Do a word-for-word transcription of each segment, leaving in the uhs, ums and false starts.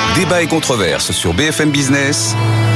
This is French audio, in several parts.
Débat et controverse sur B F M Business.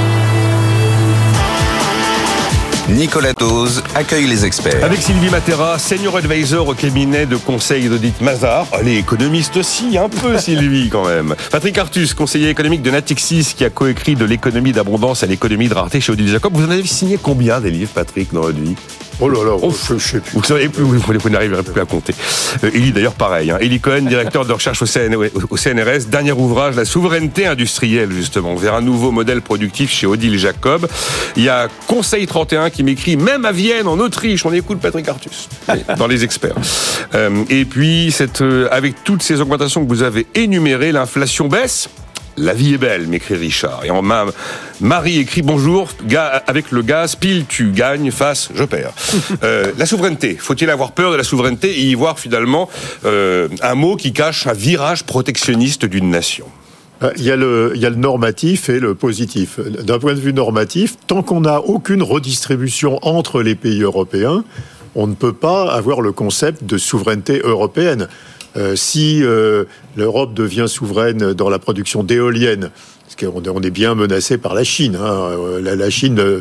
Nicolas Dose accueille les experts. Avec Sylvie Matera, senior advisor au cabinet de conseil d'audit Mazars. Elle est économiste aussi, un peu Sylvie quand même. Patrick Artus, conseiller économique de Natixis, qui a coécrit de l'économie d'abondance à l'économie de rareté chez Odile Jacob. Vous en avez signé combien des livres, Patrick, dans votre vie ? Oh là là, oh, je, je sais plus. Vous savez plus, vous, vous n'arriverez plus à compter. Euh, Élie d'ailleurs pareil. Hein. Élie Cohen, directeur de recherche au, C N, au C N R S. Dernier ouvrage, la souveraineté industrielle justement, vers un nouveau modèle productif chez Odile Jacob. Il y a Conseil trente et un qui m'écrit, même à Vienne, en Autriche, on écoute Patrick Artus, dans les experts. Euh, et puis, cette, euh, avec toutes ces augmentations que vous avez énumérées, l'inflation baisse. La vie est belle, m'écrit Richard. Et en ma... Marie écrit bonjour, ga... avec le gaz, pile tu gagnes, face je perds. euh, la souveraineté, faut-il avoir peur de la souveraineté et y voir finalement euh, un mot qui cache un virage protectionniste d'une nation ? Il y a le, il y a le normatif et le positif. D'un point de vue normatif, tant qu'on n'a aucune redistribution entre les pays européens, on ne peut pas avoir le concept de souveraineté européenne. Euh, si euh, l'Europe devient souveraine dans la production d'éoliennes, parce qu'on est bien menacé par la Chine. Hein. La, la Chine euh,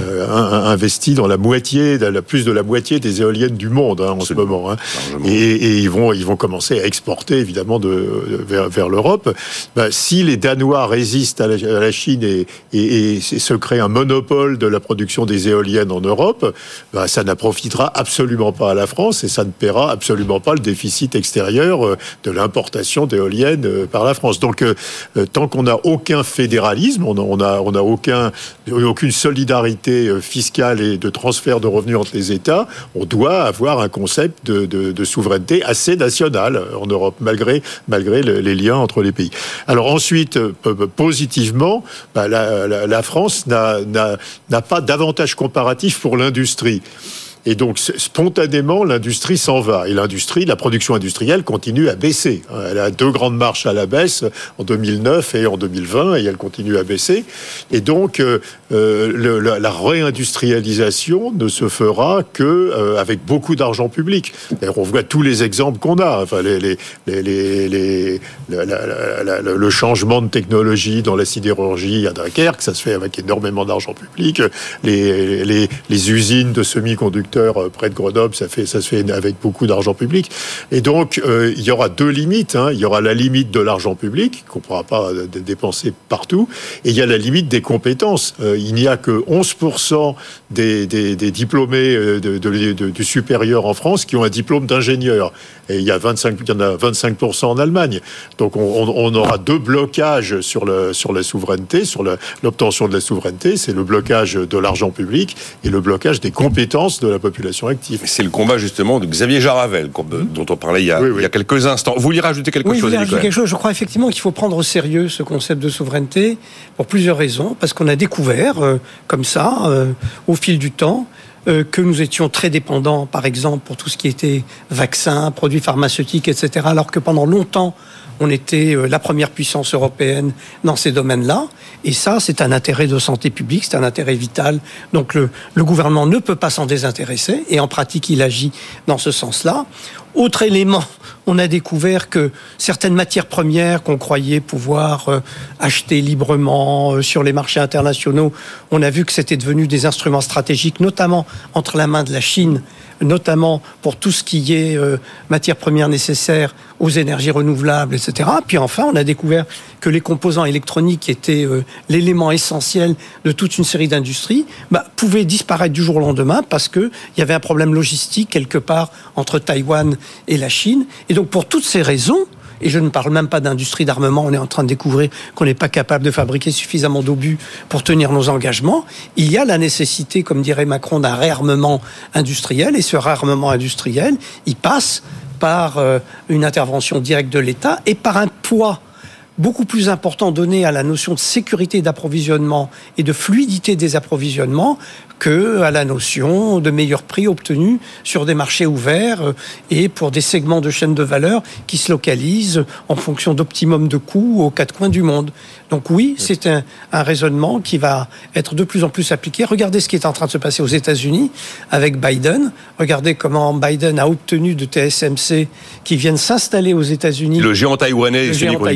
investit dans la moitié, la, plus de la moitié des éoliennes du monde hein, en ce moment. Hein. Et, et ils vont, ils vont commencer à exporter évidemment de, de, vers, vers l'Europe. Ben, si les Danois résistent à la, à la Chine et, et, et se créent un monopole de la production des éoliennes en Europe, ben, ça n'approfitera absolument pas à la France et ça ne paiera absolument pas le déficit extérieur de l'importation d'éoliennes par la France. Donc, euh, tant qu'on n'a aucun fédéralisme, on n'a on a aucun, aucune solidarité fiscale et de transfert de revenus entre les États, on doit avoir un concept de, de, de souveraineté assez nationale en Europe, malgré, malgré les liens entre les pays. Alors ensuite, positivement, bah, la, la, la France n'a, n'a, n'a pas d'avantage comparatif pour l'industrie. Et donc, spontanément, l'industrie s'en va. Et l'industrie, la production industrielle continue à baisser. Elle a deux grandes marches à la baisse en deux mille neuf et en deux mille vingt, et elle continue à baisser. Et donc, euh, le, la, la réindustrialisation ne se fera que euh, avec beaucoup d'argent public. D'ailleurs, on voit tous les exemples qu'on a. Enfin, les, les, les, les, les, la, la, la, le changement de technologie dans la sidérurgie à Dunkerque, ça se fait avec énormément d'argent public. Les, les, les usines de semi-conducteurs près de Grenoble, ça, fait, ça se fait avec beaucoup d'argent public. Et donc, euh, il y aura deux limites. Hein. Il y aura la limite de l'argent public, qu'on ne pourra pas dépenser partout, et il y a la limite des compétences. Euh, il n'y a que onze pour cent des, des, des diplômés de, de, de, de, du supérieur en France qui ont un diplôme d'ingénieur. Et il y, a vingt-cinq, il y en a vingt-cinq pour cent en Allemagne. Donc, on, on aura deux blocages sur, le, sur la souveraineté, sur la, l'obtention de la souveraineté. C'est le blocage de l'argent public et le blocage des compétences de la population active. C'est le combat justement de Xavier Jaravel dont on parlait il y a, oui, oui. il y a quelques instants. Vous vouliez rajouter quelque oui, chose? Oui, rajouter quelque chose. Je crois effectivement qu'il faut prendre au sérieux ce concept de souveraineté pour plusieurs raisons. Parce qu'on a découvert, euh, comme ça, euh, au fil du temps, euh, que nous étions très dépendants, par exemple, pour tout ce qui était vaccins, produits pharmaceutiques, et cetera, alors que pendant longtemps, on était la première puissance européenne dans ces domaines-là. Et ça, c'est un intérêt de santé publique, c'est un intérêt vital. Donc le, le gouvernement ne peut pas s'en désintéresser. Et en pratique, il agit dans ce sens-là. Autre élément, on a découvert que certaines matières premières qu'on croyait pouvoir euh, acheter librement euh, sur les marchés internationaux, on a vu que c'était devenu des instruments stratégiques, notamment entre la main de la Chine, notamment pour tout ce qui est euh, matières premières nécessaires aux énergies renouvelables, et cetera. Puis enfin, on a découvert que les composants électroniques, qui étaient euh, l'élément essentiel de toute une série d'industries, bah, pouvaient disparaître du jour au lendemain parce qu'il y avait un problème logistique quelque part entre Taïwan et la Chine. Et donc, pour toutes ces raisons, et je ne parle même pas d'industrie d'armement, on est en train de découvrir qu'on n'est pas capable de fabriquer suffisamment d'obus pour tenir nos engagements, il y a la nécessité, comme dirait Macron, d'un réarmement industriel, et ce réarmement industriel, il passe par euh, une intervention directe de l'État et par un poids beaucoup plus important donné à la notion de sécurité d'approvisionnement et de fluidité des approvisionnements qu'à la notion de meilleur prix obtenu sur des marchés ouverts et pour des segments de chaînes de valeur qui se localisent en fonction d'optimum de coûts aux quatre coins du monde. Donc oui, c'est un, un raisonnement qui va être de plus en plus appliqué. Regardez ce qui est en train de se passer aux États-Unis avec Biden. Regardez comment Biden a obtenu de T S M C qui viennent s'installer aux États-Unis. Le géant taïwanais, le géant taïwanais des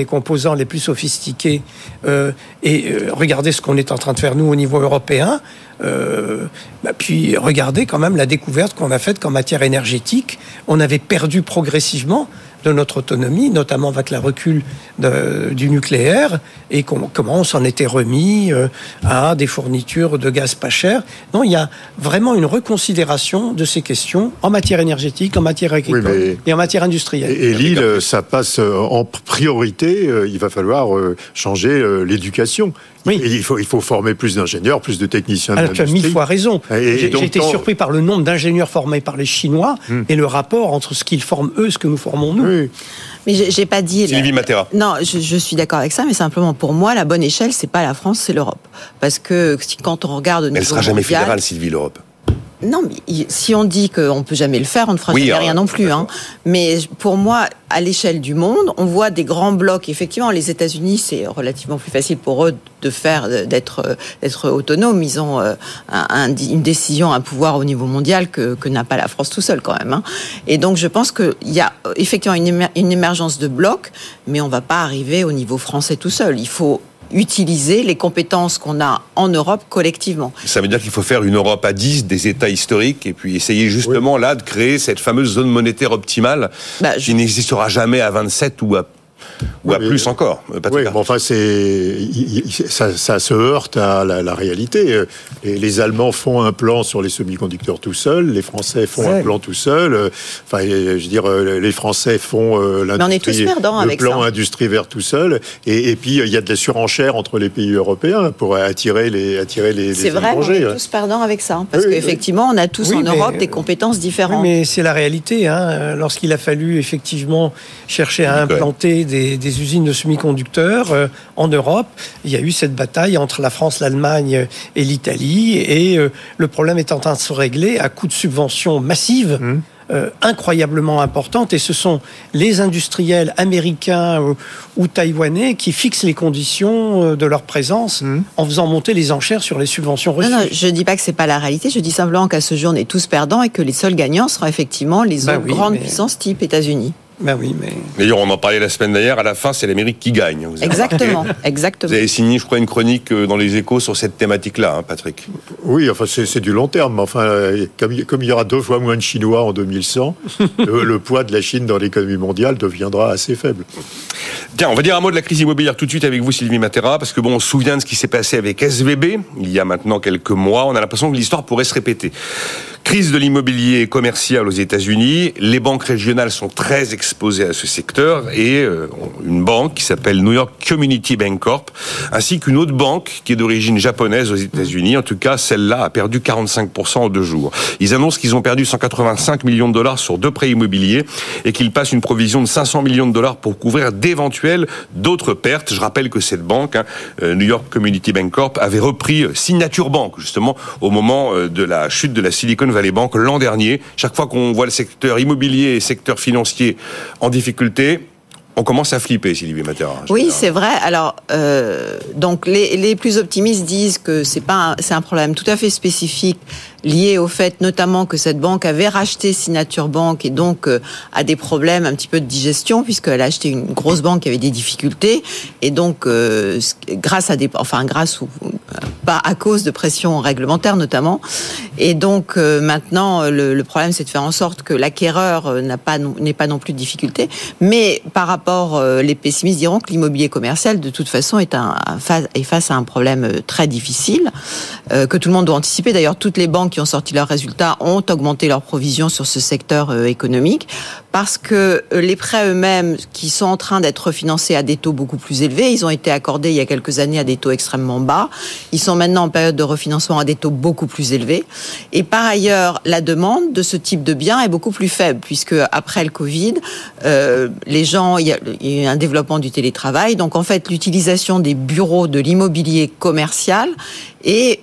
composants les plus sophistiqués. Euh, et euh, regardez ce qu'on est en train de faire, nous, au niveau européen. Euh, bah, puis regardez quand même la découverte qu'on a faite qu'en matière énergétique, on avait perdu progressivement de notre autonomie, notamment avec le recul de, du nucléaire, et com- comment on s'en était remis euh, à des fournitures de gaz pas cher. Non, il y a vraiment une reconsidération de ces questions en matière énergétique, en matière agricole oui, mais... et en matière industrielle. Et, et l'île, ça passe en priorité, il va falloir changer l'éducation. Oui. Il faut, il faut former plus d'ingénieurs, plus de techniciens de Alors, tu as mille fois raison. Et, j'ai, donc, j'ai été tant... surpris par le nombre d'ingénieurs formés par les Chinois hum. et le rapport entre ce qu'ils forment eux et ce que nous formons nous. Oui. Mais j'ai, j'ai pas dit... Sylvie Matera. Non, je, je suis d'accord avec ça, mais simplement pour moi, la bonne échelle, c'est pas la France, c'est l'Europe. Parce que quand on regarde au niveau mondial... Elle sera jamais mondial, fédérale, Sylvie, l'Europe. Non, mais si on dit qu'on ne peut jamais le faire, on ne fera oui, jamais rien non plus. Hein. Mais pour moi, à l'échelle du monde, on voit des grands blocs. Effectivement, les États-Unis, c'est relativement plus facile pour eux de faire, d'être, d'être autonomes. Ils ont un, un, une décision, un pouvoir au niveau mondial que, que n'a pas la France tout seul quand même. Hein. Et donc, je pense qu'il y a effectivement une, émer, une émergence de blocs, mais on ne va pas arriver au niveau français tout seul. Il faut utiliser les compétences qu'on a en Europe collectivement. Ça veut dire qu'il faut faire une Europe à dix, des États historiques, et puis essayer justement oui. là de créer cette fameuse zone monétaire optimale bah, qui je... n'existera jamais à vingt-sept ou à ou à oui, plus encore. Oui, mais enfin, c'est, ça, ça se heurte à la, la réalité. Les, les Allemands font un plan sur les semi-conducteurs tout seuls, les Français font ouais. un plan tout seuls. Enfin, je veux dire, les Français font l'industrie, mais on est tous perdants le avec plan ça. industrie verte tout seul. Et, et puis, il y a de la surenchère entre les pays européens pour attirer les, attirer les, c'est les vrai, étrangers. on est tous perdants avec ça. Parce oui, qu'effectivement, oui. on a tous oui, en mais, Europe des compétences différentes. Oui, mais c'est la réalité. Hein. Lorsqu'il a fallu effectivement chercher à implanter des, des usines de semi-conducteurs euh, en Europe, il y a eu cette bataille entre la France, l'Allemagne et l'Italie, et euh, le problème est en train de se régler à coup de subventions massives. Mmh. Euh, incroyablement importantes, et ce sont les industriels américains ou, ou taïwanais qui fixent les conditions de leur présence mmh. en faisant monter les enchères sur les subventions reçues. Non, non, je ne dis pas que ce n'est pas la réalité, je dis simplement qu'à ce jour, on est tous perdants et que les seuls gagnants seront effectivement les ben autres oui, grandes mais... puissances type États-Unis. Ben oui, mais... D'ailleurs, on en parlait la semaine dernière, à la fin, c'est l'Amérique qui gagne. Vous exactement, exactement. Vous avez signé, je crois, une chronique dans les Échos sur cette thématique-là, hein, Patrick. Oui, enfin, c'est, c'est du long terme. Enfin, comme, comme il y aura deux fois moins de Chinois en deux mille cent, le, le poids de la Chine dans l'économie mondiale deviendra assez faible. Tiens, on va dire un mot de la crise immobilière tout de suite avec vous, Sylvie Matera, parce que bon, on se souvient de ce qui s'est passé avec S V B, il y a maintenant quelques mois. On a l'impression que l'histoire pourrait se répéter. Crise de l'immobilier commercial aux États-Unis. Les banques régionales sont très exposées à ce secteur et euh, une banque qui s'appelle New York Community Bank Corp, ainsi qu'une autre banque qui est d'origine japonaise aux États-Unis. En tout cas, celle-là a perdu quarante-cinq pour cent en deux jours. Ils annoncent qu'ils ont perdu cent quatre-vingt-cinq millions de dollars sur deux prêts immobiliers et qu'ils passent une provision de cinq cents millions de dollars pour couvrir d'éventuelles d'autres pertes. Je rappelle que cette banque, hein, New York Community Bank Corp, avait repris Signature Bank, justement, au moment de la chute de la Silicon Valley Bank l'an dernier. Chaque fois qu'on voit le secteur immobilier et le secteur financier en difficulté, on commence à flipper, Sylvie Matera. Oui, c'est vrai. Alors, euh, donc les, les plus optimistes disent que c'est pas un, c'est un problème tout à fait spécifique lié au fait notamment que cette banque avait racheté Signature Bank et donc euh, a des problèmes un petit peu de digestion puisqu'elle a acheté une grosse banque qui avait des difficultés et donc euh, grâce à des, enfin grâce ou pas à cause de pression réglementaire notamment. Et donc euh, maintenant le, le problème c'est de faire en sorte que l'acquéreur euh, n'a pas n'est pas non plus de difficultés. Mais par rapport, euh, les pessimistes diront que l'immobilier commercial de toute façon est un est face à un problème très difficile euh, que tout le monde doit anticiper. D'ailleurs, toutes les banques qui ont sorti leurs résultats ont augmenté leurs provisions sur ce secteur euh, économique parce que euh, les prêts eux-mêmes qui sont en train d'être refinancés à des taux beaucoup plus élevés, ils ont été accordés il y a quelques années à des taux extrêmement bas. Ils sont maintenant en période de refinancement à des taux beaucoup plus élevés. Et par ailleurs, la demande de ce type de biens est beaucoup plus faible puisque après le Covid, euh, les gens, il y a, il y a eu un développement du télétravail. Donc en fait, l'utilisation des bureaux de l'immobilier commercial est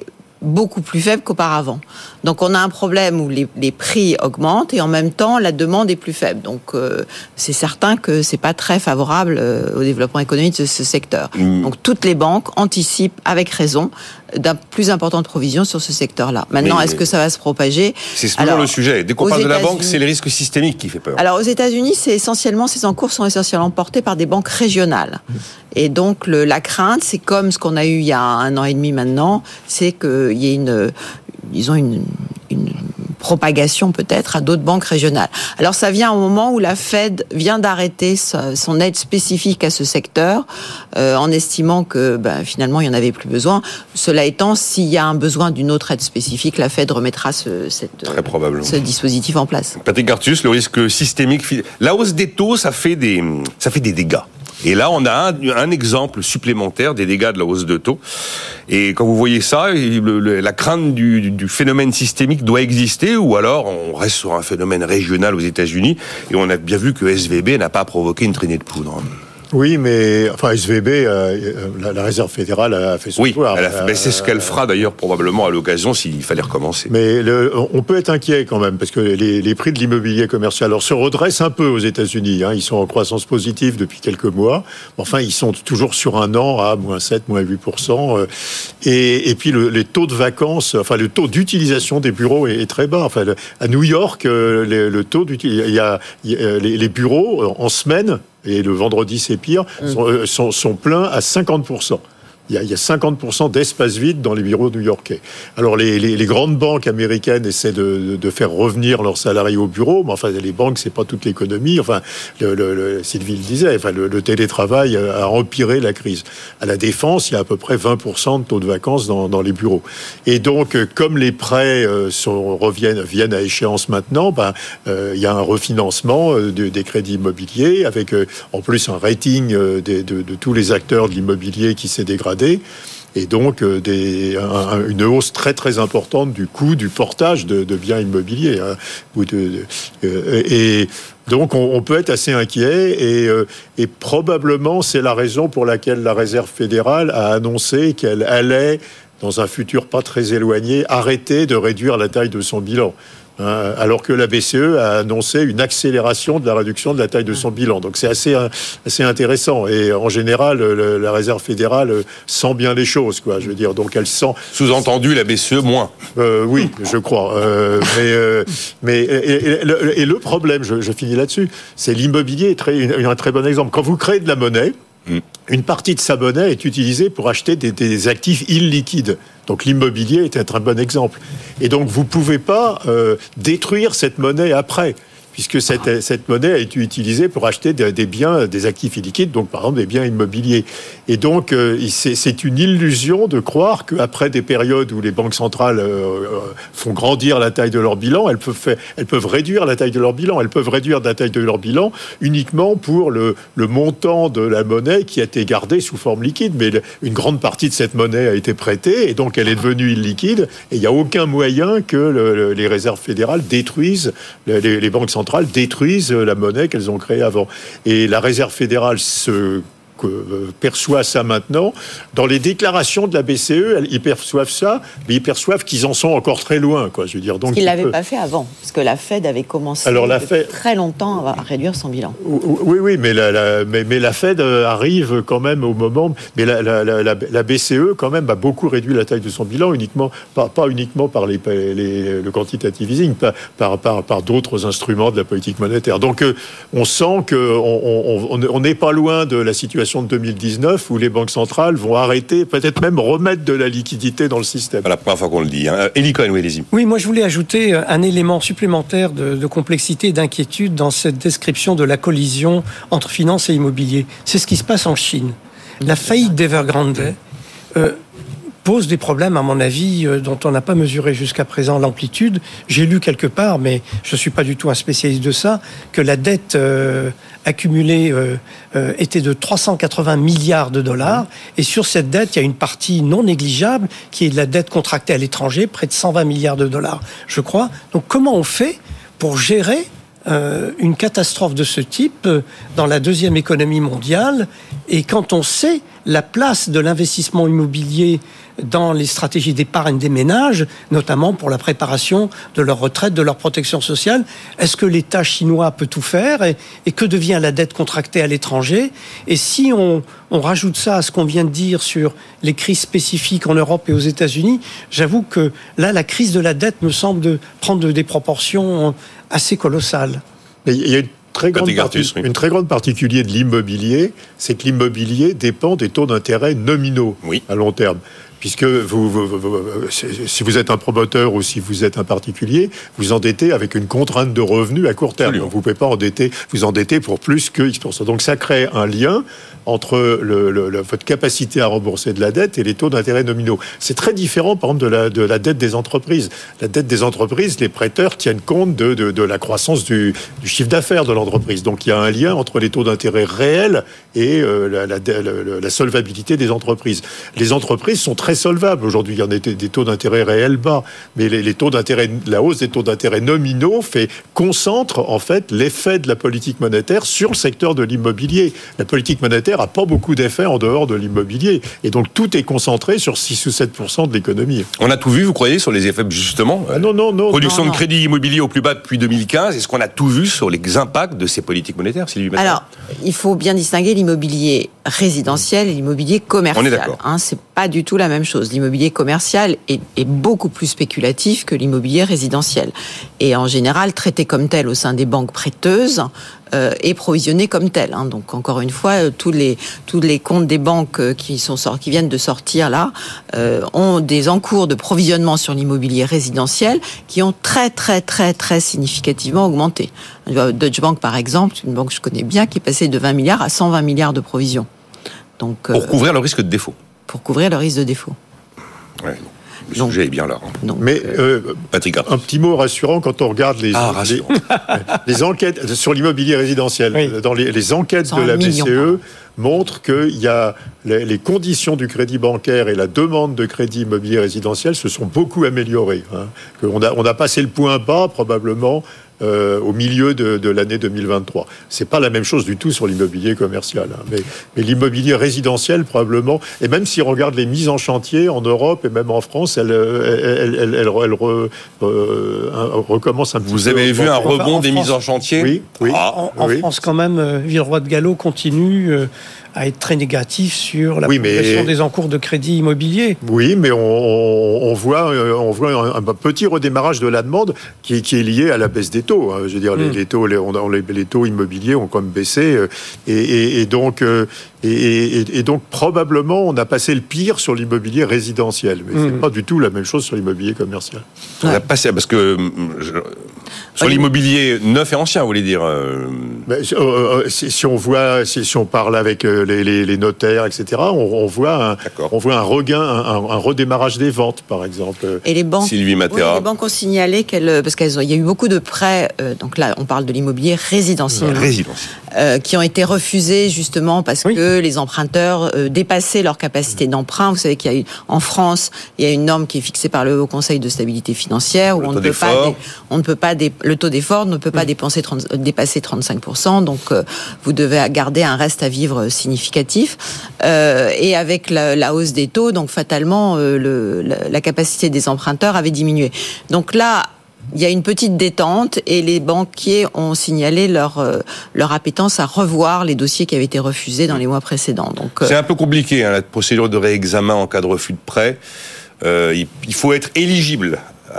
beaucoup plus faible qu'auparavant. Donc on a un problème où les, les prix augmentent et en même temps la demande est plus faible. Donc euh, c'est certain que c'est pas très favorable euh, au développement économique de ce secteur. Mmh. Donc toutes les banques anticipent avec raison d'un plus importante provision sur ce secteur-là. Maintenant, mais est-ce que ça va se propager ? C'est toujours Alors, le sujet. Dès qu'on parle de la banque, c'est les risques systémiques qui fait peur. Alors aux États-Unis, c'est essentiellement ces encours sont essentiellement portés par des banques régionales. Et donc le, la crainte, c'est comme ce qu'on a eu il y a un an et demi maintenant, c'est qu'il y ait une, disons une, une propagation peut-être à d'autres banques régionales. Alors ça vient au moment où la Fed vient d'arrêter sa, son aide spécifique à ce secteur, euh, en estimant que ben, finalement il n'y en avait plus besoin. Cela étant, s'il y a un besoin d'une autre aide spécifique, la Fed remettra ce, cette, Très probablement. ce dispositif en place. Patrick Artus, le risque systémique, la hausse des taux, ça fait des, ça fait des dégâts. Et là, on a un, un exemple supplémentaire des dégâts de la hausse de taux. Et quand vous voyez ça, le, le, la crainte du, du phénomène systémique doit exister, ou alors on reste sur un phénomène régional aux États-Unis. Et on a bien vu que S V B n'a pas provoqué une traînée de poudre. Oui, mais enfin S V B, euh, la, la Réserve fédérale a fait son oui, pouvoir. Oui, euh, c'est ce qu'elle fera d'ailleurs probablement à l'occasion s'il fallait recommencer. Mais le, on peut être inquiet quand même parce que les, les prix de l'immobilier commercial alors, se redressent un peu aux États-Unis. Hein, ils sont en croissance positive depuis quelques mois. Enfin, ils sont toujours sur un an à moins sept, moins huit pour cent. Euh, et, et puis le, les taux de vacances, enfin le taux d'utilisation des bureaux est, est très bas. Enfin, le, à New York, euh, le, le taux d'utilisation, il y a, il y a les, les bureaux en semaine. Et le vendredi, c'est pire, sont, sont, sont pleins à cinquante pour cent. Il y, a, il y a cinquante pour cent d'espace vide dans les bureaux new-yorkais. Alors, les, les, les grandes banques américaines essaient de, de faire revenir leurs salariés au bureau, mais enfin, les banques, c'est pas toute l'économie. Enfin, le, le, le, Sylvie le disait, enfin, le, le télétravail a empiré la crise. À la Défense, il y a à peu près vingt pour cent de taux de vacances dans, dans les bureaux. Et donc, comme les prêts sont, reviennent, viennent à échéance maintenant, ben, euh, il y a un refinancement de, des crédits immobiliers, avec euh, en plus un rating de, de, de tous les acteurs de l'immobilier qui s'est dégradé. Et donc euh, des, un, une hausse très très importante du coût du portage de, de biens immobiliers. Hein, ou de, de, euh, et donc on, on peut être assez inquiet et, euh, et probablement c'est la raison pour laquelle la Réserve fédérale a annoncé qu'elle allait, dans un futur pas très éloigné, arrêter de réduire la taille de son bilan. Hein, alors que la B C E a annoncé une accélération de la réduction de la taille de son bilan. Donc c'est assez, assez intéressant. Et en général, le, la Réserve fédérale sent bien les choses, quoi. Je veux dire, donc elle sent... Sous-entendu, la B C E moins. Euh, oui, je crois. Euh, mais euh, mais et, et, le, et le problème, je, je finis là-dessus, c'est l'immobilier est très, une, un très bon exemple. Quand vous créez de la monnaie, mmh. une partie de sa monnaie est utilisée pour acheter des, des actifs illiquides. Donc l'immobilier est un très bon exemple. Et donc vous ne pouvez pas euh, détruire cette monnaie après, puisque cette, cette monnaie a été utilisée pour acheter des, des biens, des actifs illiquides, donc par exemple des biens immobiliers. Et donc euh, c'est, c'est une illusion de croire qu'après des périodes où les banques centrales euh, font grandir la taille de leur bilan, elles peuvent, faire, elles peuvent réduire la taille de leur bilan. Elles peuvent réduire la taille de leur bilan uniquement pour le, le montant de la monnaie qui a été gardée sous forme liquide. Mais le, une grande partie de cette monnaie a été prêtée et donc elle est devenue illiquide. Et il n'y a aucun moyen que le, le, les réserves fédérales détruisent les, les banques centrales détruisent la monnaie qu'elles ont créée avant. Et la Réserve fédérale se que, euh, perçoit ça maintenant. Dans les déclarations de la B C E, ils perçoivent ça, mais ils perçoivent qu'ils en sont encore très loin, quoi. Je veux dire, donc ce qu'ils l'avaient peut... pas fait avant, parce que la Fed avait commencé Alors, la Fed... très longtemps à réduire son bilan. Oui, oui, mais la, la, mais, mais la Fed arrive quand même au moment. Mais la, la, la, la B C E quand même a beaucoup réduit la taille de son bilan, uniquement pas, pas uniquement par les, les, le quantitative easing, pas, par, par, par d'autres instruments de la politique monétaire. Donc euh, on sent que on n'est pas loin de la situation de deux mille dix-neuf où les banques centrales vont arrêter, peut-être même remettre de la liquidité dans le système. C'est la première fois qu'on le dit. Hein. Élie Cohen, oui, allez-y. Oui, moi je voulais ajouter un élément supplémentaire de, de complexité et d'inquiétude dans cette description de la collision entre finance et immobilier. C'est ce qui se passe en Chine. La faillite d'Evergrande euh, pose des problèmes, à mon avis, euh, dont on n'a pas mesuré jusqu'à présent l'amplitude. J'ai lu quelque part, mais je ne suis pas du tout un spécialiste de ça, que la dette euh, accumulée euh, euh, était de trois cent quatre-vingts milliards de dollars. Et sur cette dette, il y a une partie non négligeable qui est de la dette contractée à l'étranger, près de cent vingt milliards de dollars, je crois. Donc comment on fait pour gérer euh, une catastrophe de ce type euh, dans la deuxième économie mondiale? Et quand on sait la place de l'investissement immobilier dans les stratégies d'épargne des ménages, notamment pour la préparation de leur retraite, de leur protection sociale. Est-ce que l'État chinois peut tout faire et, et que devient la dette contractée à l'étranger? Et si on, on rajoute ça à ce qu'on vient de dire sur les crises spécifiques en Europe et aux États-Unis, j'avoue que là, la crise de la dette me semble de prendre des proportions assez colossales. Mais il y a une très grande, partie, oui. une très grande particulier de l'immobilier, c'est que l'immobilier dépend des taux d'intérêt nominaux oui. à long terme. Puisque vous, vous, vous, vous, si vous êtes un promoteur ou si vous êtes un particulier, vous endettez avec une contrainte de revenus à court terme. Donc vous ne pouvez pas endetter, vous endetter pour plus que X pour cent. Donc ça crée un lien entre le, le, le, votre capacité à rembourser de la dette et les taux d'intérêt nominaux. C'est très différent, par exemple, de la, de la dette des entreprises. La dette des entreprises, les prêteurs tiennent compte de, de, de la croissance du, du chiffre d'affaires de l'entreprise. Donc il y a un lien entre les taux d'intérêt réels et euh, la, la, la, la solvabilité des entreprises. Les entreprises sont très solvables. Aujourd'hui, il y en a des, des taux d'intérêt réels bas, mais les, les taux d'intérêt, la hausse des taux d'intérêt nominaux fait concentre en fait l'effet de la politique monétaire sur le secteur de l'immobilier. La politique monétaire n'a pas beaucoup d'effets en dehors de l'immobilier, et donc tout est concentré sur six ou sept pour cent de l'économie. On a tout vu, vous croyez, sur les effets justement ah non, non, non. Production non, non. de crédit immobilier au plus bas depuis deux mille quinze. Est-ce qu'on a tout vu sur les impacts de ces politiques monétaires, Sylvie Matin ? Alors, il faut bien distinguer l'immobilier résidentiel et l'immobilier commercial. On est d'accord. Hein, c'est pas du tout la même chose. L'immobilier commercial est, est beaucoup plus spéculatif que l'immobilier résidentiel. Et en général, traité comme tel au sein des banques prêteuses euh, et provisionné comme tel. Hein. Donc, encore une fois, euh, tous les tous les comptes des banques euh, qui sont sort, qui viennent de sortir là euh, ont des encours de provisionnement sur l'immobilier résidentiel qui ont très très très très significativement augmenté. Deutsche Bank, par exemple, une banque que je connais bien, qui est passée de vingt milliards à cent vingt milliards de provisions. Donc, pour euh, couvrir le risque de défaut. Pour couvrir le risque de défaut. Ouais. Le donc, sujet est bien là. Donc, Mais euh, Patrick, un petit mot rassurant quand on regarde les, ah, les, les enquêtes sur l'immobilier résidentiel. Oui. Dans les, les enquêtes de la B C E montrent que y a les, les conditions du crédit bancaire et la demande de crédit immobilier résidentiel se sont beaucoup améliorées. Hein. On a, on a passé le point bas probablement Euh, au milieu de, de l'année deux mille vingt-trois. C'est pas la même chose du tout sur l'immobilier commercial, hein. mais, mais l'immobilier résidentiel probablement. Et même si on regarde les mises en chantier en Europe et même en France, elles, elles, elles, elles, elles re, euh, recommencent un petit Vous peu. Vous avez vu un rebond en des France, mises en chantier ? Oui, oui. Ah, en, en oui. France quand même, euh, Villeroy de Galhau continue euh, à être très négatif sur la oui, progression mais... des encours de crédit immobilier. Oui, mais on, on, on voit, on voit un, un petit redémarrage de la demande qui, qui est lié à la baisse des taux. Hein. Je veux dire, mm. les, les taux, les, on a, les, les taux immobiliers ont quand même baissé, et, et, et donc, et, et, et donc probablement on a passé le pire sur l'immobilier résidentiel, mais mm. c'est pas du tout la même chose sur l'immobilier commercial. On a passé parce que je, sur l'immobilier neuf et ancien, vous voulez dire euh... mais, euh, si, si on voit, si, si on parle avec les, les, les notaires, et cetera, on, on voit un, on voit un regain, un, un redémarrage des ventes, par exemple. Et les banques, Sylvie Matera. Oui, les banques ont signalé qu'elles, parce qu'il y a eu beaucoup de prêts. Euh, donc là, on parle de l'immobilier résidentiel, résidentiel. Euh, qui ont été refusés justement parce oui. que les emprunteurs euh, dépassaient leur capacité d'emprunt. Vous savez qu'il y a eu, en France, il y a une norme qui est fixée par le Haut Conseil de stabilité financière où on ne, peut pas dé, on ne peut pas dé, le taux d'effort ne peut pas mmh. dépenser trente, dépasser trente-cinq pour cent. Donc euh, vous devez garder un reste à vivre significatif. Euh, et avec la, la hausse des taux, donc fatalement, euh, le, la, la capacité des emprunteurs avait diminué. Donc là, il y a une petite détente et les banquiers ont signalé leur, euh, leur appétence à revoir les dossiers qui avaient été refusés dans les mois précédents. Donc, euh... c'est un peu compliqué, hein, la procédure de réexamen en cas de refus de prêt. Euh, il, il faut être éligible.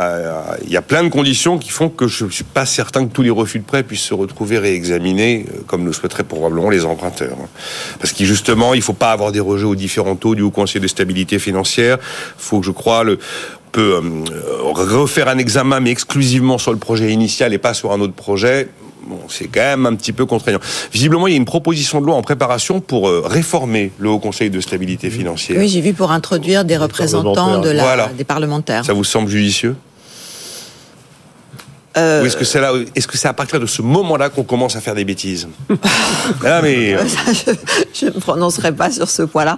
Il y a plein de conditions qui font que je ne suis pas certain que tous les refus de prêt puissent se retrouver réexaminés comme le souhaiteraient probablement les emprunteurs. Parce que justement, il ne faut pas avoir des rejets aux différents taux du Haut Conseil de stabilité financière. Il faut que je crois le... peut euh, refaire un examen mais exclusivement sur le projet initial et pas sur un autre projet. Bon, c'est quand même un petit peu contraignant. Visiblement, il y a une proposition de loi en préparation pour euh, réformer le Haut Conseil de stabilité financière. Oui, j'ai vu, pour introduire des représentants de la, voilà. des parlementaires. Ça vous semble judicieux ? Euh... Ou est-ce que c'est là, est-ce que c'est à partir de ce moment-là qu'on commence à faire des bêtises? Ah, mais... Je ne me prononcerai pas sur ce point-là.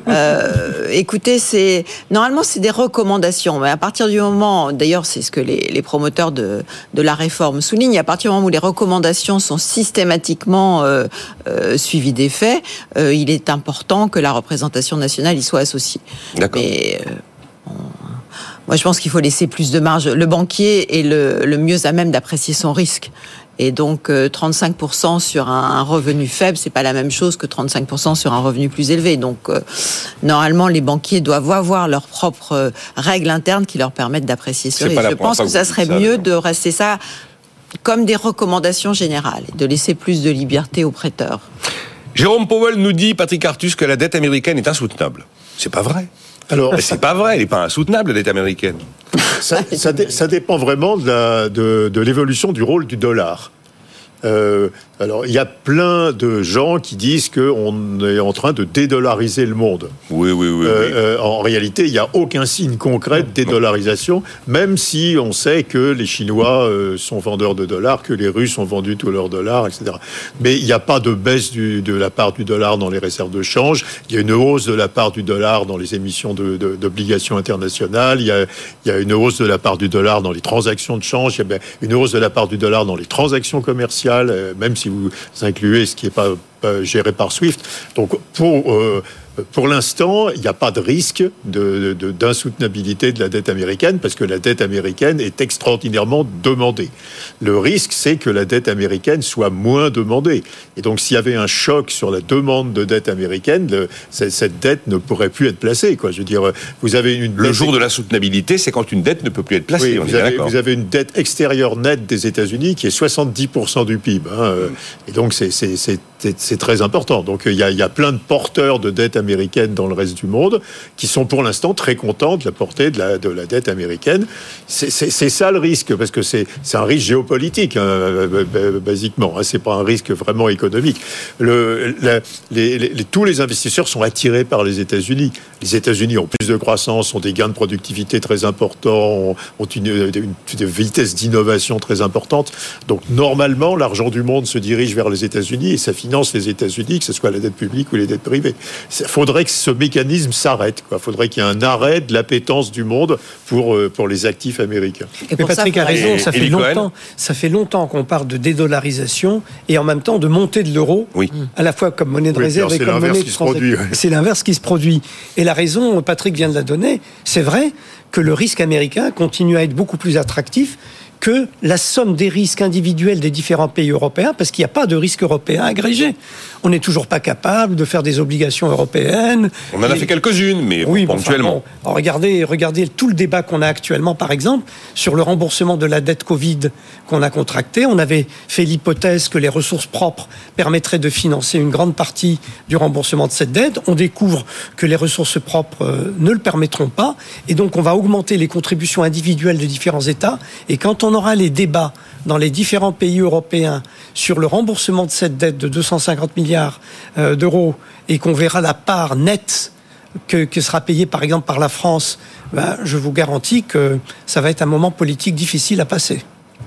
Euh, écoutez, c'est normalement c'est des recommandations, mais à partir du moment, d'ailleurs, c'est ce que les, les promoteurs de, de la réforme soulignent, à partir du moment où les recommandations sont systématiquement euh, euh, suivies des faits, euh, il est important que la représentation nationale y soit associée. D'accord. Mais, euh, on... Moi, je pense qu'il faut laisser plus de marge. Le banquier est le, le mieux à même d'apprécier son risque. Et donc, euh, trente-cinq pour cent sur un, un revenu faible, c'est pas la même chose que trente-cinq pour cent sur un revenu plus élevé. Donc, euh, normalement, les banquiers doivent avoir leurs propres euh, règles internes qui leur permettent d'apprécier ce risque. Je pense que ça serait mieux de rester ça comme des recommandations générales et de laisser plus de liberté aux prêteurs. Jérôme Powell nous dit, Patrick Artus, que la dette américaine est insoutenable. C'est pas vrai. Alors, c'est pas vrai, elle n'est pas insoutenable, la dette américaine. Ça, ça, dé, ça dépend vraiment de, la, de, de l'évolution du rôle du dollar. Euh, alors, il y a plein de gens qui disent qu'on est en train de dédollariser le monde. Oui, oui, oui. Euh, oui. Euh, en réalité, il n'y a aucun signe concret de dédollarisation, même si on sait que les Chinois euh, sont vendeurs de dollars, que les Russes ont vendu tous leurs dollars, et cetera. Mais il n'y a pas de baisse du, de la part du dollar dans les réserves de change. Il y a une hausse de la part du dollar dans les émissions de, de, d'obligations internationales. Il y, a, il y a une hausse de la part du dollar dans les transactions de change. Il y a une hausse de la part du dollar dans les transactions commerciales, même si vous incluez ce qui n'est pas, pas géré par SWIFT. Donc, pour, euh, pour l'instant, il n'y a pas de risque de, de, d'insoutenabilité de la dette américaine, parce que la dette américaine est extraordinairement demandée. Le risque, c'est que la dette américaine soit moins demandée. Et donc, s'il y avait un choc sur la demande de dette américaine, le, cette dette ne pourrait plus être placée, quoi. Je veux dire, vous avez une le jour de la soutenabilité, c'est quand une dette ne peut plus être placée. Oui, on vous, est avez, d'accord. vous avez une dette extérieure nette des États-Unis qui est soixante-dix pour cent du P I B. Hein, et donc, c'est, c'est, c'est, c'est très important. Donc, il y, a, il y a plein de porteurs de dette américaine dans le reste du monde qui sont pour l'instant très contents de la portée de la, de la dette américaine. C'est, c'est, c'est ça le risque, parce que c'est, c'est un risque géopolitique, hein, basiquement. Hein, c'est pas un risque vraiment économique. Le, la, les, les, tous les investisseurs sont attirés par les États-Unis. Les États-Unis ont plus de croissance, ont des gains de productivité très importants, ont une, une, une vitesse d'innovation très importante. Donc, normalement, l'argent du monde se dirige vers les États-Unis et ça finance les États-Unis, que ce soit la dette publique ou les dettes privées. Il faudrait que ce mécanisme s'arrête. Il faudrait qu'il y ait un arrêt de l'appétence du monde pour, pour les actifs américains. Et Mais Patrick ça, a raison, ça fait, longtemps, ça fait longtemps qu'on parle de dédollarisation et en même temps de montée de l'euro, oui. à la fois comme monnaie de oui, réserve et comme monnaie de transaction. Ouais. C'est l'inverse qui se produit. Et la raison, Patrick vient de la donner, c'est vrai que le risque américain continue à être beaucoup plus attractif que la somme des risques individuels des différents pays européens, parce qu'il n'y a pas de risque européen agrégé. On n'est toujours pas capable de faire des obligations européennes. On en a Les... fait quelques-unes, mais oui, ponctuellement. Enfin, bon, regardez, regardez tout le débat qu'on a actuellement, par exemple, sur le remboursement de la dette Covid qu'on a contractée. On avait fait l'hypothèse que les ressources propres permettraient de financer une grande partie du remboursement de cette dette. On découvre que les ressources propres euh, ne le permettront pas, et donc on va augmenter les contributions individuelles des différents États. Et quand on on aura les débats dans les différents pays européens sur le remboursement de cette dette de deux cent cinquante milliards euh, d'euros et qu'on verra la part nette que, que sera payée par exemple par la France, ben, je vous garantis que ça va être un moment politique difficile à passer.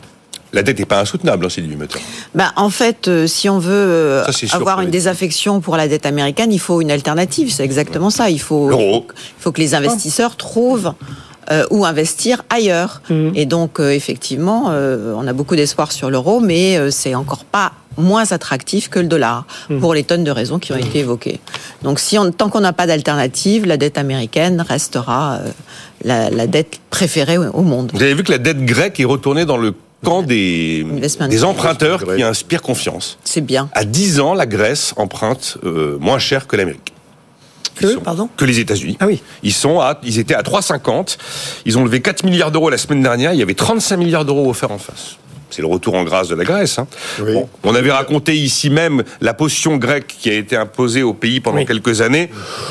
La dette n'est pas insoutenable, hein, Sylvie Meuther. Ben, en fait, euh, si on veut euh, ça, avoir une désaffection pour la dette américaine, il faut une alternative. C'est exactement ça. Il faut, il faut, il faut que les investisseurs trouvent Euh, ou investir ailleurs. Mmh. Et donc, euh, effectivement, euh, on a beaucoup d'espoir sur l'euro, mais euh, c'est encore pas moins attractif que le dollar, mmh. pour les tonnes de raisons qui ont été évoquées. Donc, si on, tant qu'on n'a pas d'alternative, la dette américaine restera euh, la, la dette préférée au monde. Vous avez vu que la dette grecque est retournée dans le camp des, des emprunteurs qui inspirent confiance. C'est bien. À dix ans, la Grèce emprunte euh, moins cher que l'Amérique. Que, sont, pardon que les États-Unis. Ah oui. Ils, sont à, ils étaient à trois virgule cinquante. Ils ont levé quatre milliards d'euros la semaine dernière. Il y avait trente-cinq milliards d'euros offerts en face. C'est le retour en grâce de la Grèce. Hein. Oui. Bon, on avait raconté ici même la potion grecque qui a été imposée au pays pendant oui. quelques années.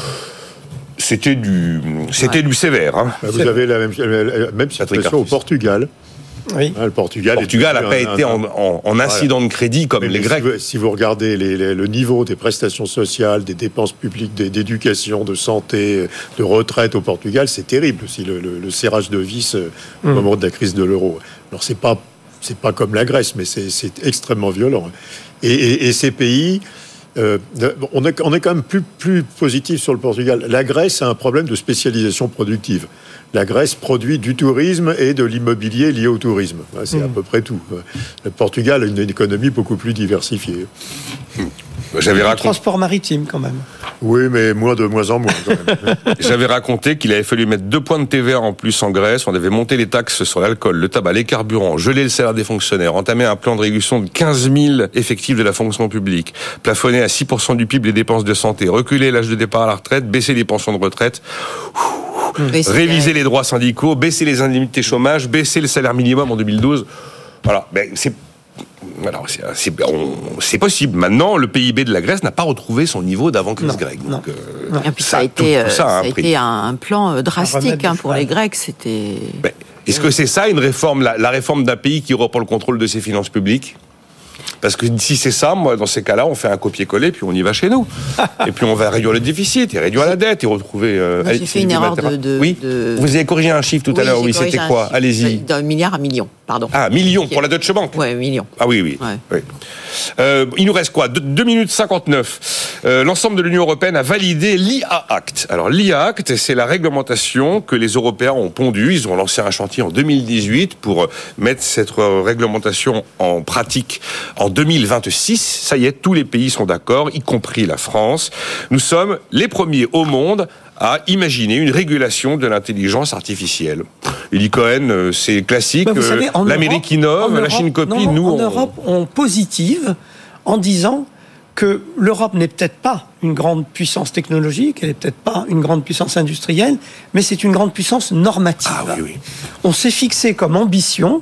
C'était du, c'était ouais. du sévère. Hein. Vous avez la même, la même situation au Portugal. Oui. Le Portugal, le Portugal n'a pas un, été un, en, en, en incident voilà. de crédit comme mais les Grecs. Si vous, si vous regardez les, les, le niveau des prestations sociales, des dépenses publiques, des, d'éducation, de santé, de retraite au Portugal, c'est terrible aussi le, le, le serrage de vis mmh. au moment de la crise de l'euro. Alors c'est pas c'est pas comme la Grèce, mais c'est, c'est extrêmement violent. Et, et, et ces pays, euh, on, est, on est quand même plus, plus positif sur le Portugal. La Grèce a un problème de spécialisation productive. La Grèce produit du tourisme et de l'immobilier lié au tourisme. C'est mmh. à peu près tout. Le Portugal a une économie beaucoup plus diversifiée. Mmh. J'avais le raconté... transport maritime, quand même. Oui, mais moins de moins en moins, quand même. J'avais raconté qu'il avait fallu mettre deux points de T V A en plus en Grèce. On avait monté les taxes sur l'alcool, le tabac, les carburants, gelé le salaire des fonctionnaires, entamé un plan de réduction de quinze mille effectifs de la fonction publique, plafonné à six pour cent du P I B les dépenses de santé, reculer l'âge de départ à la retraite, baisser les pensions de retraite, mmh. réviser les droits syndicaux, baisser les indemnités chômage, baisser le salaire minimum en deux mille douze. Voilà, ben, c'est... Alors, c'est, c'est, on, c'est possible. Maintenant, le P I B de la Grèce n'a pas retrouvé son niveau d'avant-crise grecque. Donc, euh, Et puis ça, ça a été, tout, tout ça, ça a été un, un plan drastique hein, pour les Grecs. C'était. Ben, est-ce que c'est ça une réforme, la, la réforme d'un pays qui reprend le contrôle de ses finances publiques ? Parce que si c'est ça, moi, dans ces cas-là, on fait un copier-coller, puis on y va chez nous. Et puis on va réduire le déficit, et réduire la dette, et retrouver... Euh, moi, j'ai fait une erreur de, de... Oui, de... vous avez corrigé un chiffre tout oui, à l'heure, oui, c'était quoi ? Allez-y. D'un milliard à million, pardon. Ah, million, pour la Deutsche Bank ? Oui, million. Ah oui, oui. Ouais. oui. Euh, il nous reste quoi ? deux minutes cinquante-neuf. Euh, l'ensemble de l'Union européenne a validé l'I A Act. Alors, l'I A Act, c'est la réglementation que les Européens ont pondue. Ils ont lancé un chantier en deux mille dix-huit pour mettre cette réglementation en pratique en deux mille vingt-six. Ça y est, tous les pays sont d'accord, y compris la France. Nous sommes les premiers au monde à imaginer une régulation de l'intelligence artificielle. Eli Cohen, c'est classique. Ben vous savez, en L'Amérique Europe, innove, la Chine copie. Non, nous, en on... Europe, on positive en disant que l'Europe n'est peut-être pas une grande puissance technologique, elle n'est peut-être pas une grande puissance industrielle, mais c'est une grande puissance normative. Ah oui, oui. On s'est fixé comme ambition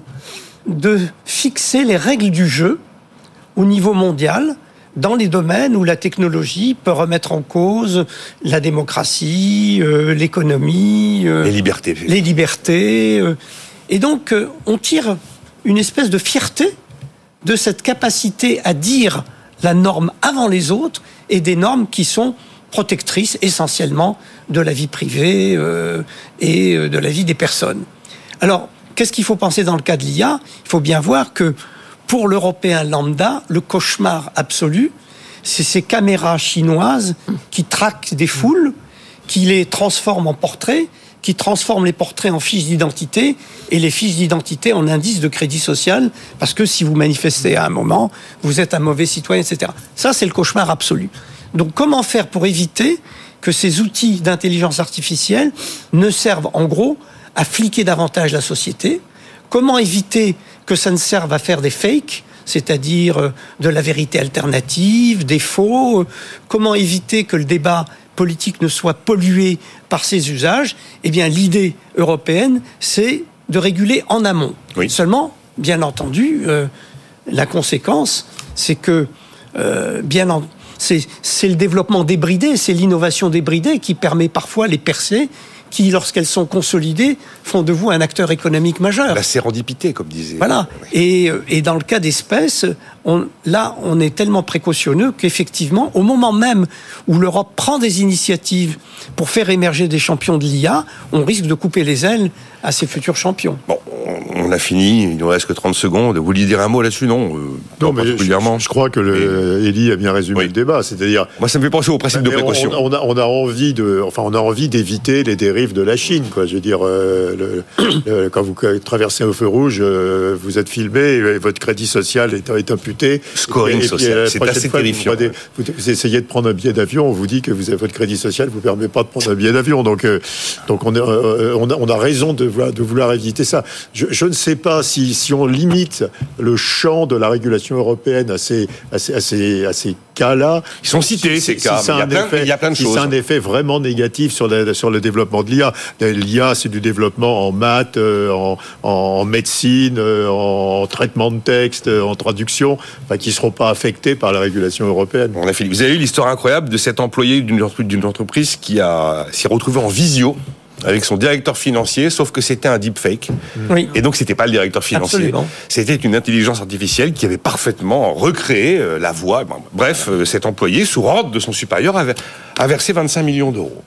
de fixer les règles du jeu au niveau mondial, dans les domaines où la technologie peut remettre en cause la démocratie, euh, l'économie, euh, les libertés. Les libertés euh, et donc, euh, on tire une espèce de fierté de cette capacité à dire la norme avant les autres et des normes qui sont protectrices essentiellement de la vie privée euh, et de la vie des personnes. Alors, qu'est-ce qu'il faut penser dans le cas de l'I A ? Il faut bien voir que pour l'Européen lambda, le cauchemar absolu, c'est ces caméras chinoises qui traquent des foules, qui les transforment en portraits, qui transforment les portraits en fiches d'identité et les fiches d'identité en indices de crédit social, parce que si vous manifestez à un moment, vous êtes un mauvais citoyen, et cetera. Ça, c'est le cauchemar absolu. Donc, comment faire pour éviter que ces outils d'intelligence artificielle ne servent, en gros, à fliquer davantage la société ? Comment éviter que ça ne serve à faire des fakes, c'est-à-dire de la vérité alternative, des faux ? Comment éviter que le débat politique ne soit pollué par ces usages ? Eh bien, l'idée européenne, c'est de réguler en amont. Oui. Seulement, bien entendu, euh, la conséquence, c'est que, euh, bien en, c'est, c'est le développement débridé, c'est l'innovation débridée qui permet parfois les percées, qui, lorsqu'elles sont consolidées, font de vous un acteur économique majeur. La sérendipité, comme disait. Voilà. Et, et dans le cas d'espèces, on, là, on est tellement précautionneux qu'effectivement, au moment même où l'Europe prend des initiatives pour faire émerger des champions de l'I A, on risque de couper les ailes à ces futurs champions. Bon, on a fini, il ne nous reste que trente secondes. Vous vouliez dire un mot là-dessus, non euh, Non, mais particulièrement. Je, je crois que le, Eli a bien résumé oui. le débat. C'est-à-dire, moi, ça me fait penser au principe de précaution. On, on, a, on a envie de, enfin, on a envie d'éviter les dérives de la Chine, quoi. Je veux dire, euh, le, le, quand vous traversez au feu rouge, euh, vous êtes filmé, et votre crédit social est, est imputé. Scoring et, et social, c'est assez fois, terrifiant. Vous, vous, vous essayez de prendre un billet d'avion, on vous dit que vous avez votre crédit social, vous permet pas de prendre un billet d'avion. Donc, euh, donc on, est, euh, on, a, on a raison de vouloir, de vouloir éviter ça. Je, je ne sais pas si, si on limite le champ de la régulation européenne à ces, à ces, à ces, à ces cas-là. Ils sont cités, si, ces si, cas, si mais il y a plein, effet, il y a plein de si choses. C'est un effet vraiment négatif sur, la, sur le développement de l'I A. L'I A, c'est du développement en maths, en, en médecine, en traitement de texte, en traduction, enfin, qui ne seront pas affectés par la régulation européenne. On a fait, vous avez eu l'histoire incroyable de cet employé d'une, d'une entreprise qui a, s'est retrouvé en visio avec son directeur financier, sauf que c'était un deepfake. Oui. Et donc, c'était pas le directeur financier. Absolument. C'était une intelligence artificielle qui avait parfaitement recréé euh, la voix. Bref, euh, cet employé, sous ordre de son supérieur, avait, a versé vingt-cinq millions d'euros.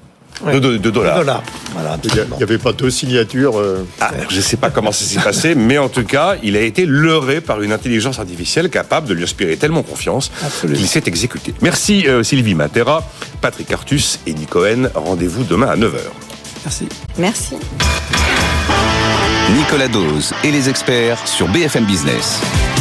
Ouais. de, de, de dollars. De dollars. Voilà, Il n'y avait pas deux signatures. euh, Ah, je ne sais pas comment ça s'est passé, mais en tout cas, il a été leurré par une intelligence artificielle capable de lui inspirer tellement confiance Absolument. qu'il s'est exécuté. Merci euh, Sylvie Matera, Patrick Artus et Nick Cohen. Rendez-vous demain à neuf heures. Merci. Merci. Nicolas Dose et les experts sur B F M Business.